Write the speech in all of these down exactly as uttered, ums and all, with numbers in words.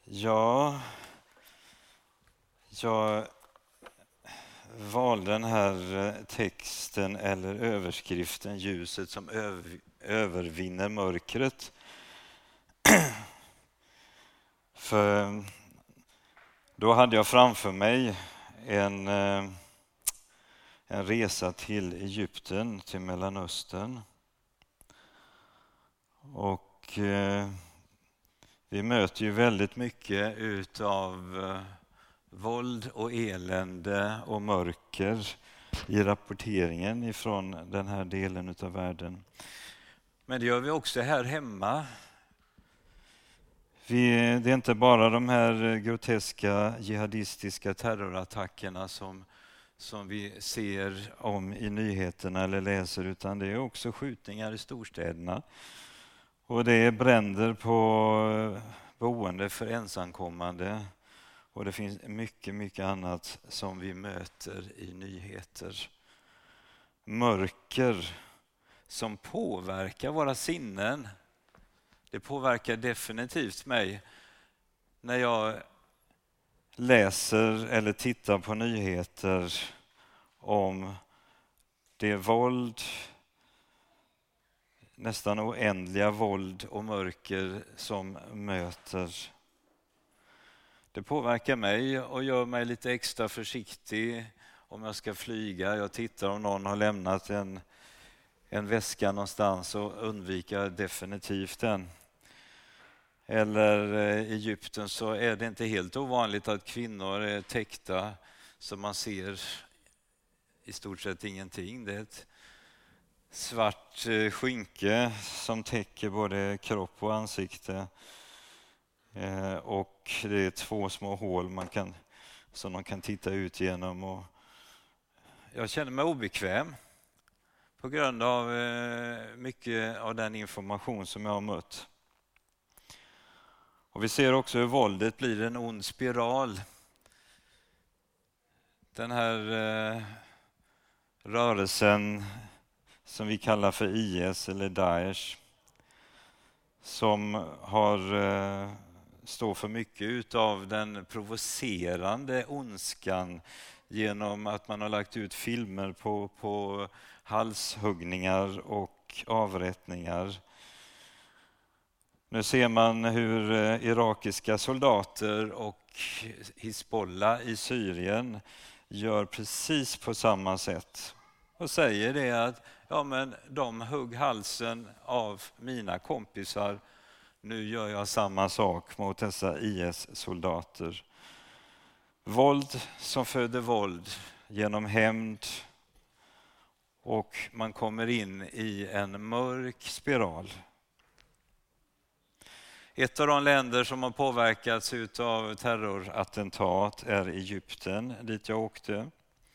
Ja, jag valde den här texten eller överskriften ljuset som över, övervinner mörkret. För då hade jag framför mig en, en resa till Egypten, till Mellanöstern. Och eh, vi möter ju väldigt mycket utav eh, våld och elände och mörker i rapporteringen ifrån den här delen utav världen. Men det gör vi också här hemma. Vi, det är inte bara de här groteska jihadistiska terrorattackerna som, som vi ser om i nyheterna eller läser, utan det är också skjutningar i storstäderna. Och det är bränder på boende för ensamkommande. Och det finns mycket, mycket annat som vi möter i nyheter. Mörker som påverkar våra sinnen. Det påverkar definitivt mig när jag läser eller tittar på nyheter om det våld, nästan oändliga våld och mörker som möter. Det påverkar mig och gör mig lite extra försiktig om jag ska flyga. Jag tittar om någon har lämnat en, en väska någonstans och undviker definitivt den. Eller i Egypten så är det inte helt ovanligt att kvinnor är täckta så man ser i stort sett ingenting. Det är ett svart skynke som täcker både kropp och ansikte. Eh, och det är två små hål man kan, som de kan titta ut genom. Och jag känner mig obekväm på grund av eh, mycket av den information som jag har mött. Och vi ser också hur våldet blir en ond spiral. Den här eh, rörelsen som vi kallar för I S eller Daesh, som har eh, står för mycket av den provocerande ondskan genom att man har lagt ut filmer på, på halshuggningar och avrättningar. Nu ser man hur irakiska soldater och Hizbollah i Syrien gör precis på samma sätt. Och säger det att ja, men de hugg halsen av mina kompisar. Nu gör jag samma sak mot dessa I S-soldater. Våld som föder våld genom hämnd. Och man kommer in i en mörk spiral. Ett av de länder som har påverkats av terrorattentat är Egypten, dit jag åkte.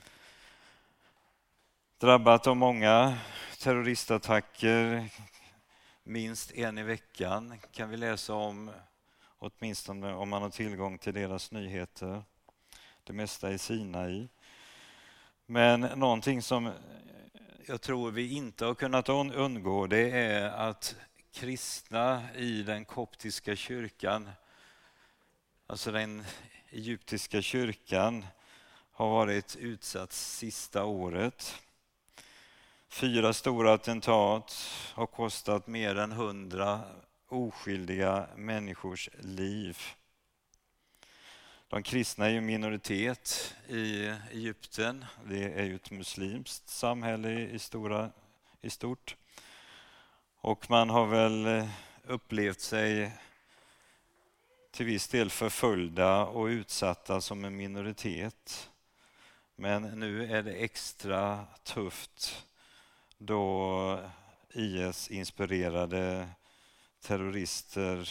Drabbat av många terroristattacker, minst en i veckan kan vi läsa om, åtminstone om man har tillgång till deras nyheter. Det mesta är Sinai. Men någonting som jag tror vi inte har kunnat undgå, det är att kristna i den koptiska kyrkan, alltså den egyptiska kyrkan, har varit utsatt sista året. Fyra stora attentat har kostat mer än hundra oskyldiga människors liv. De kristna är ju minoritet i Egypten. Det är ju ett muslimskt samhälle i, stora, i stort. Och man har väl upplevt sig till viss del förföljda och utsatta som en minoritet. Men nu är det extra tufft då I S-inspirerade terrorister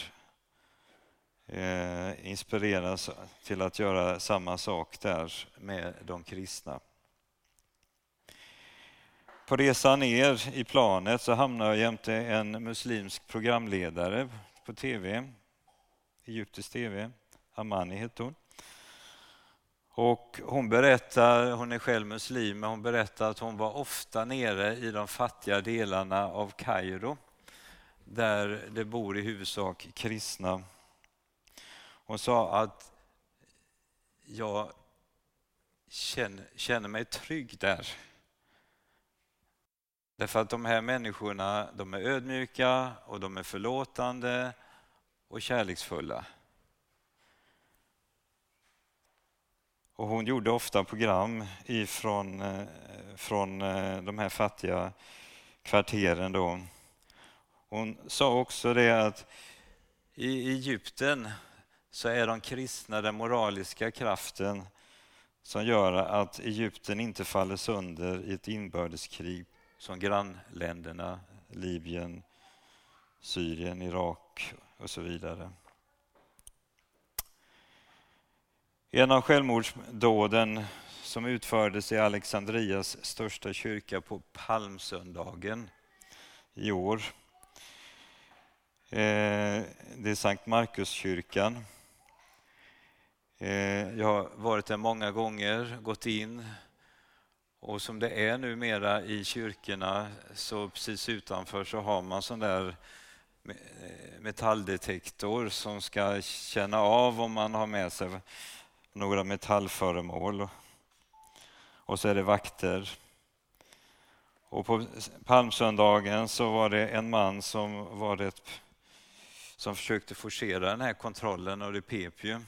eh, inspireras till att göra samma sak där med de kristna. På resan ner i planet så hamnar jag jämte en muslimsk programledare på tv, egyptisk tv, Amani heter hon. Och hon berättar, hon är själv muslim, men hon berättar att hon var ofta nere i de fattiga delarna av Kairo, där det bor i huvudsak kristna. Hon sa att jag känner, känner mig trygg där. Därför att de här människorna, de är ödmjuka och de är förlåtande och kärleksfulla. Och hon gjorde ofta program ifrån från de här fattiga kvarteren då. Hon sa också det att i Egypten så är de kristna den moraliska kraften som gör att Egypten inte faller sönder i ett inbördeskrig som grannländerna, Libyen, Syrien, Irak och så vidare. En av självmordsdåden som utfördes i Alexandrias största kyrka på palmsöndagen i år. Det är Sankt Markuskyrkan. Jag har varit där många gånger, gått in, och som det är numera i kyrkorna så precis utanför så har man sån där metalldetektor som ska känna av om man har med sig några metallföremål. Och så är det vakter. Och på palmsöndagen så var det en man som var rätt, som försökte forcera den här kontrollen, och det pep ju.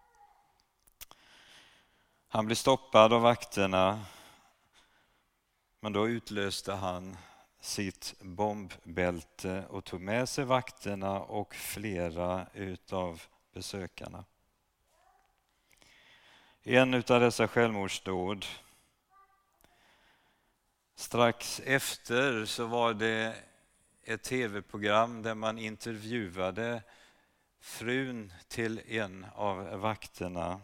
Han blev stoppad av vakterna, men då utlöste han sitt bombbälte och tog med sig vakterna och flera utav besökarna. En utav dessa självmordsdåd. Strax efter så var det ett tv-program där man intervjuade frun till en av vakterna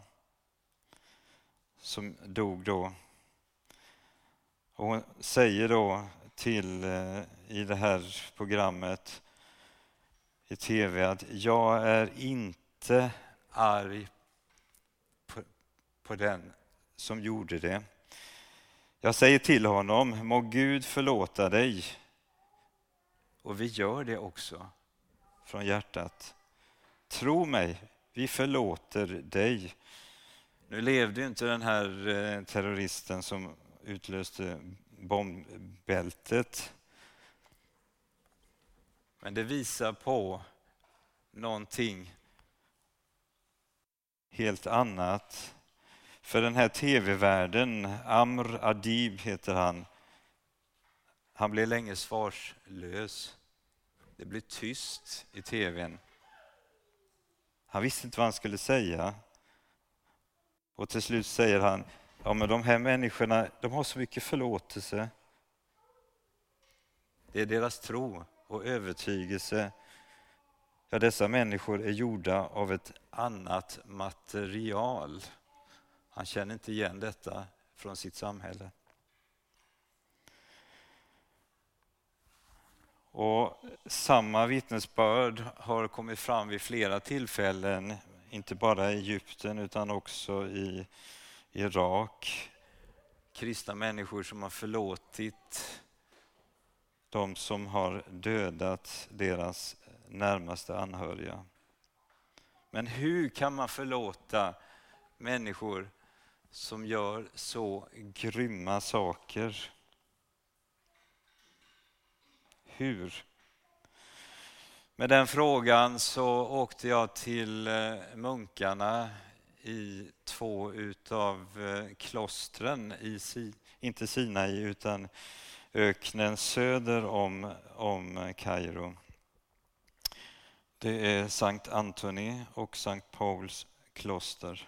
som dog då. Och hon säger då till i det här programmet i tv att jag är inte arg på, på den som gjorde det. Jag säger till honom, må Gud förlåta dig. Och vi gör det också från hjärtat. Tro mig, vi förlåter dig. Nu levde ju inte den här terroristen som utlöste bombbältet. Men det visar på någonting helt annat. För den här tv-värden, Amr Adib heter han, han blev länge svarslös. Det blev tyst i tvn. Han visste inte vad han skulle säga. Och till slut säger han, ja men de här människorna, de har så mycket förlåtelse. Det är deras tro och övertygelse. Ja, dessa människor är gjorda av ett annat material. Han känner inte igen detta från sitt samhälle. Och samma vittnesbörd har kommit fram vid flera tillfällen, inte bara i Egypten utan också i Irak. Kristna människor som har förlåtit de som har dödat deras närmaste anhöriga. Men hur kan man förlåta människor som gör så grymma saker? Hur? Med den frågan så åkte jag till munkarna i två utav klostren, i, inte Sinai utan öknen söder om, om Kairo. Det är Sankt Antoni och Sankt Pauls kloster.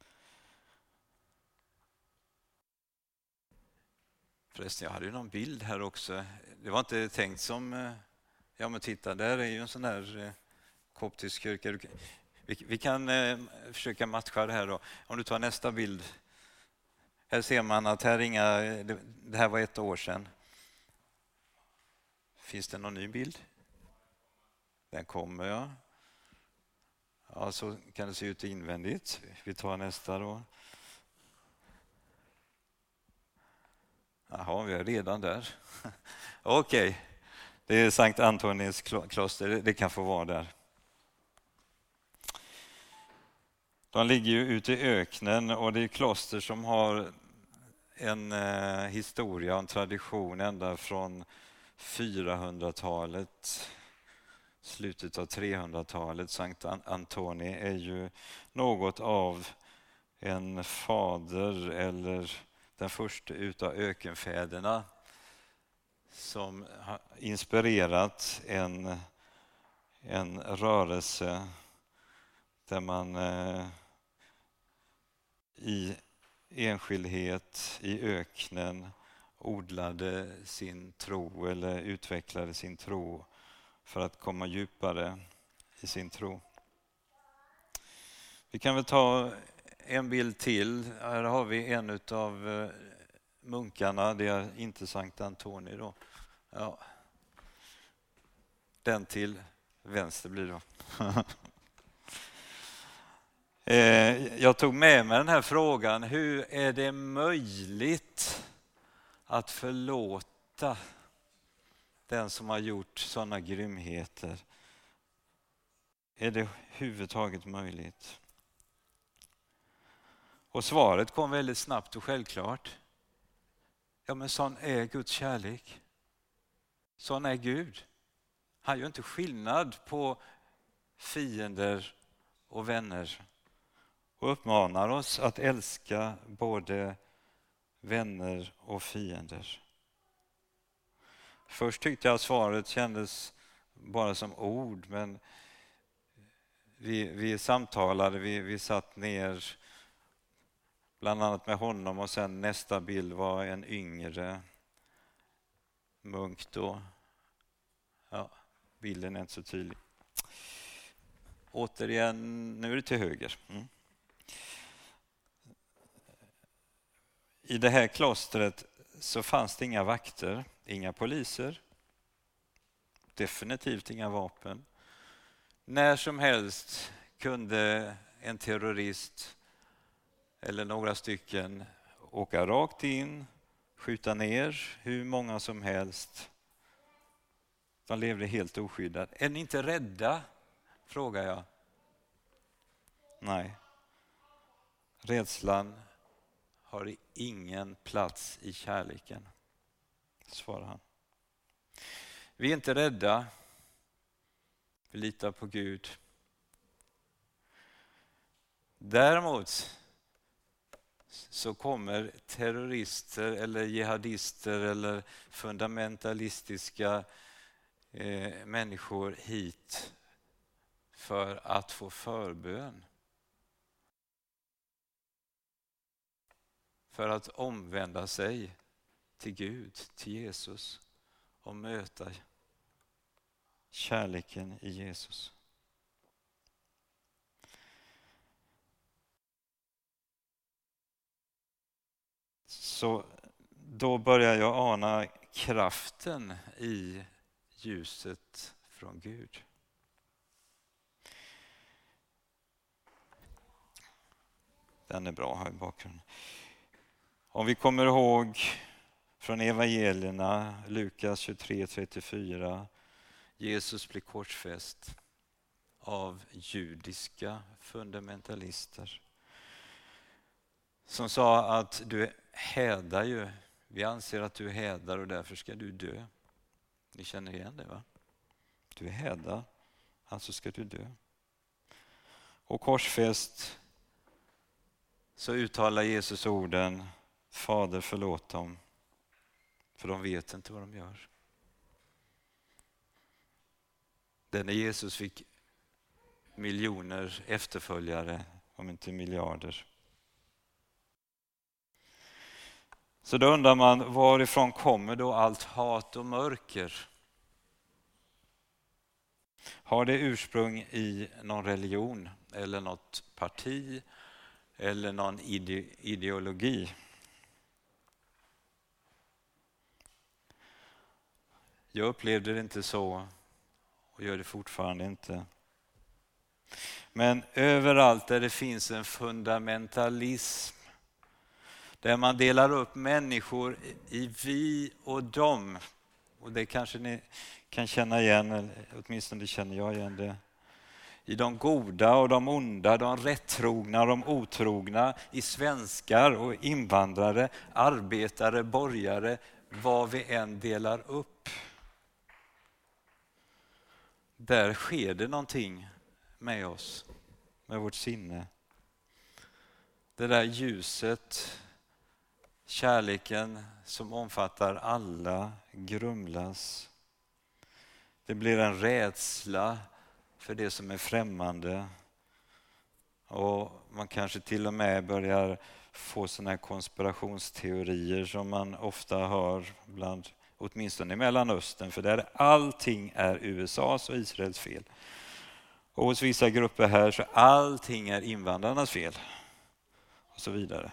Förresten, jag hade ju någon bild här också. Det var inte tänkt som, ja men titta, där är ju en sån här koptisk kyrka. Vi, vi kan eh, försöka matcha det här då. Om du tar nästa bild. Här ser man att här inga, det, det här var ett år sedan. Finns det någon ny bild? Den kommer, ja. Ja, så kan det se ut invändigt. Vi tar nästa då. Jaha, vi är redan där. Okej, okay. Det är Sankt Antonis kloster, det kan få vara där. De ligger ju ute i öknen och det är kloster som har en eh, historia och en tradition ända från fyrahundratalet, slutet av trehundratalet. Sankt Antoni är ju något av en fader eller den första utav ökenfäderna som har inspirerat en, en rörelse där man eh, i enskildhet i öknen odlade sin tro eller utvecklade sin tro för att komma djupare i sin tro. Vi kan väl ta en bild till. Här har vi en av munkarna, det är inte Sankt Antoni då. Ja. Den till vänster blir då. Jag tog med mig den här frågan, hur är det möjligt att förlåta den som har gjort sådana grymheter? Är det överhuvudtaget möjligt? Och svaret kom väldigt snabbt och självklart. Ja, men sån är Guds kärlek. Sån är Gud. Han gör inte skillnad på fiender och vänner. Och uppmanar oss att älska både vänner och fiender. Först tyckte jag att svaret kändes bara som ord, men vi, vi samtalade, vi, vi satt ner bland annat med honom och sen nästa bild var en yngre munk då. Ja, bilden är inte så tydlig. Återigen, nu är det till höger. Mm. I det här klostret så fanns det inga vakter, inga poliser, definitivt inga vapen. När som helst kunde en terrorist eller några stycken åka rakt in, skjuta ner hur många som helst. De levde helt oskyddade. Är ni inte rädda? Frågar jag. Nej. Rädslan har ingen plats i kärleken, svarar han. Vi är inte rädda. Vi litar på Gud. Däremot så kommer terrorister eller jihadister eller fundamentalistiska eh, människor hit för att få förbön. För att omvända sig till Gud, till Jesus och möta kärleken i Jesus. Så då börjar jag ana kraften i ljuset från Gud. Den är bra här i bakgrunden. Om vi kommer ihåg från evangelierna, Lukas tjugotre trettiofyra, Jesus blir korsfäst av judiska fundamentalister som sa att du hädar ju, vi anser att du hädar och därför ska du dö. Ni känner igen det, va? Du är hädar, alltså ska du dö. Och korsfäst så uttalar Jesus orden: Fader, förlåt dem, för de vet inte vad de gör. Det är när Jesus fick miljoner efterföljare, om inte miljarder. Så då undrar man, varifrån kommer då allt hat och mörker? Har det ursprung i någon religion eller något parti eller någon ide- ideologi? Jag upplevde det inte så och gör det fortfarande inte. Men överallt där det finns en fundamentalism, där man delar upp människor i vi och dem, och det kanske ni kan känna igen, eller åtminstone känner jag igen det. i de goda och de onda, de rättrogna och de otrogna, i svenskar och invandrare, arbetare, borgare, vad vi än delar upp. Där sker det någonting med oss, med vårt sinne. Det där ljuset, kärleken som omfattar alla, grumlas. Det blir en rädsla för det som är främmande. Och man kanske till och med börjar få såna här konspirationsteorier som man ofta hör bland, åtminstone i Mellanöstern, för där allting är U S A:s och Israels fel. Och hos vissa grupper här så allting är invandrarnas fel. Och så vidare.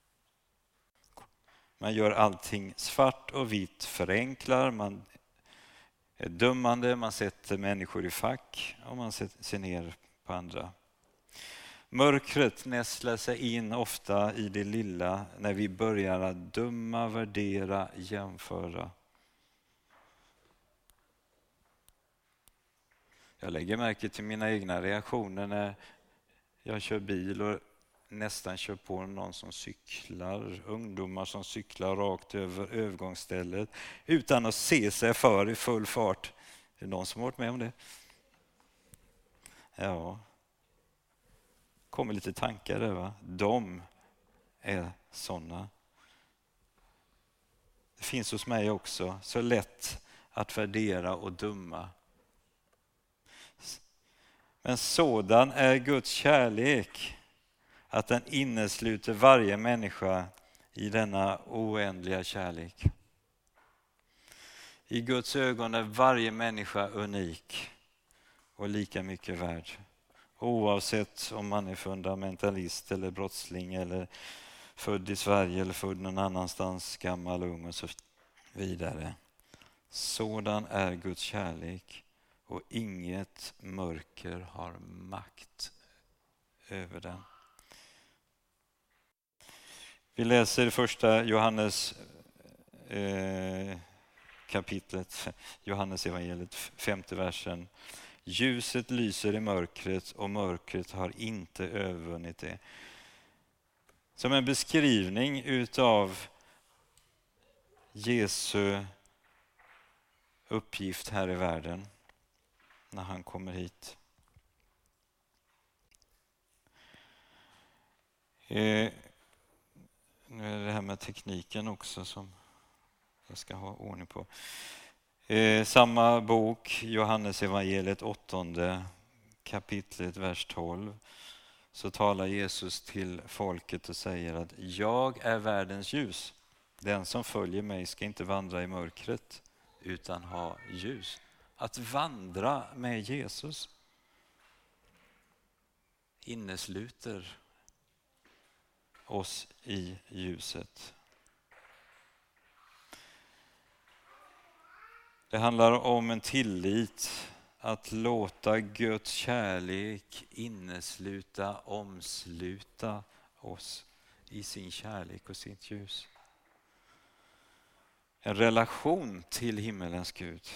Man gör allting svart och vitt, förenklar, man är dömande, man sätter människor i fack och man ser ner på andra. Mörkret nästlar sig in ofta i det lilla när vi börjar att döma, värdera, jämföra. Jag lägger märke till mina egna reaktioner när jag kör bil och nästan kör på någon som cyklar, ungdomar som cyklar rakt över övergångsstället utan att se sig för i full fart. Är det någon som har varit med om det? Ja. Kommer lite tankar där, va? De är sådana. Det finns hos mig också, så lätt att värdera och döma. Men sådan är Guds kärlek, att den innesluter varje människa i denna oändliga kärlek. I Guds ögon är varje människa unik och lika mycket värd. Oavsett om man är fundamentalist eller brottsling eller född i Sverige eller född någon annanstans, gammal, ung och så vidare. Sådan är Guds kärlek och inget mörker har makt över den. Vi läser första Johannes eh, kapitlet, Johannes evangeliet, femte versen. Ljuset lyser i mörkret och mörkret har inte övervunnit det. Som en beskrivning utav Jesu uppgift här i världen när han kommer hit. Eh, nu är det här med tekniken också som jag ska ha ordning på. Eh, samma bok, Johannes evangeliet åttonde kapitlet, vers tolv, så talar Jesus till folket och säger att jag är världens ljus. Den som följer mig ska inte vandra i mörkret utan ha ljus. Att vandra med Jesus innesluter oss i ljuset. Det handlar om en tillit att låta Guds kärlek innesluta, omsluta oss i sin kärlek och sitt ljus. En relation till himmelens Gud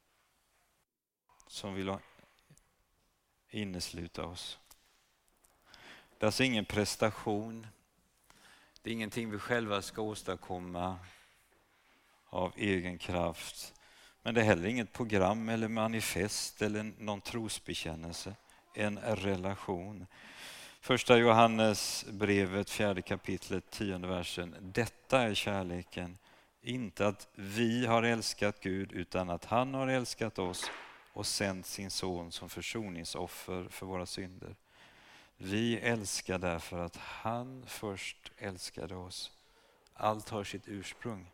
som vill innesluta oss. Det är alltså ingen prestation. Det är ingenting vi själva ska åstadkomma av egen kraft. Men det är heller inget program eller manifest eller någon trosbekännelse. En relation. Första Johannes brevet, fjärde kapitlet, tionde versen. Detta är kärleken. Inte att vi har älskat Gud utan att han har älskat oss och sänt sin son som försoningsoffer för våra synder. Vi älskar därför att han först älskade oss. Allt har sitt ursprung.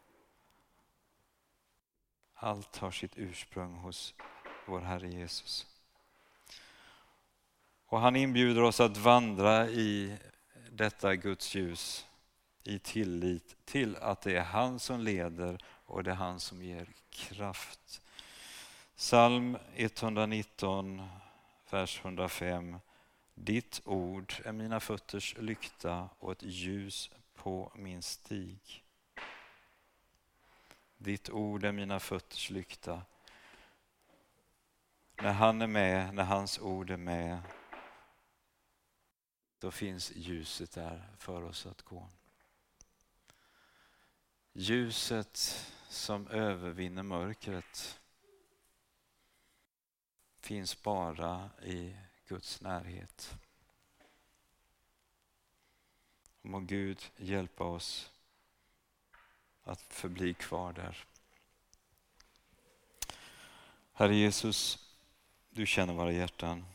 Allt har sitt ursprung hos vår Herre Jesus. Och han inbjuder oss att vandra i detta Guds ljus i tillit till att det är han som leder och det är han som ger kraft. Psalm etthundranitton, vers hundrafem. Ditt ord är mina fötters lykta och ett ljus på min stig. Ditt ord är mina fötters lykta. När han är med, när hans ord är med, då finns ljuset där för oss att gå. Ljuset som övervinner mörkret finns bara i Guds närhet. Må Gud hjälpa oss att förbli kvar där. Herre Jesus, du känner våra hjärtan.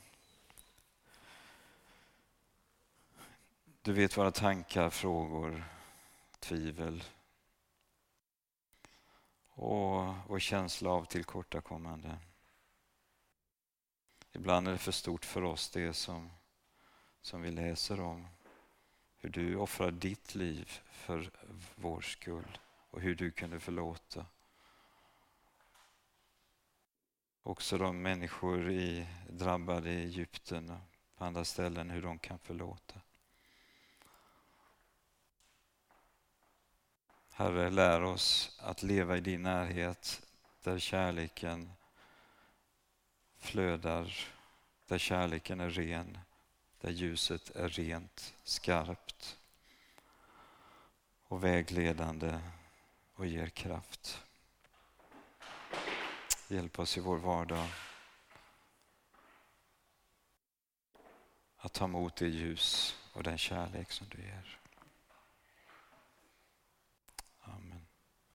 Du vet våra tankar, frågor, tvivel och vår känsla av tillkortakommande. Ibland är det för stort för oss det som, som vi läser om. Hur du offrar ditt liv för vår skull och hur du kunde förlåta. Också de människor i, drabbade i Egypten och på andra ställen, hur de kan förlåta. Herre, lär oss att leva i din närhet där kärleken flödar, där kärleken är ren, där ljuset är rent, skarpt och vägledande och ger kraft. Hjälp oss i vår vardag att ta emot det ljus och den kärlek som du ger.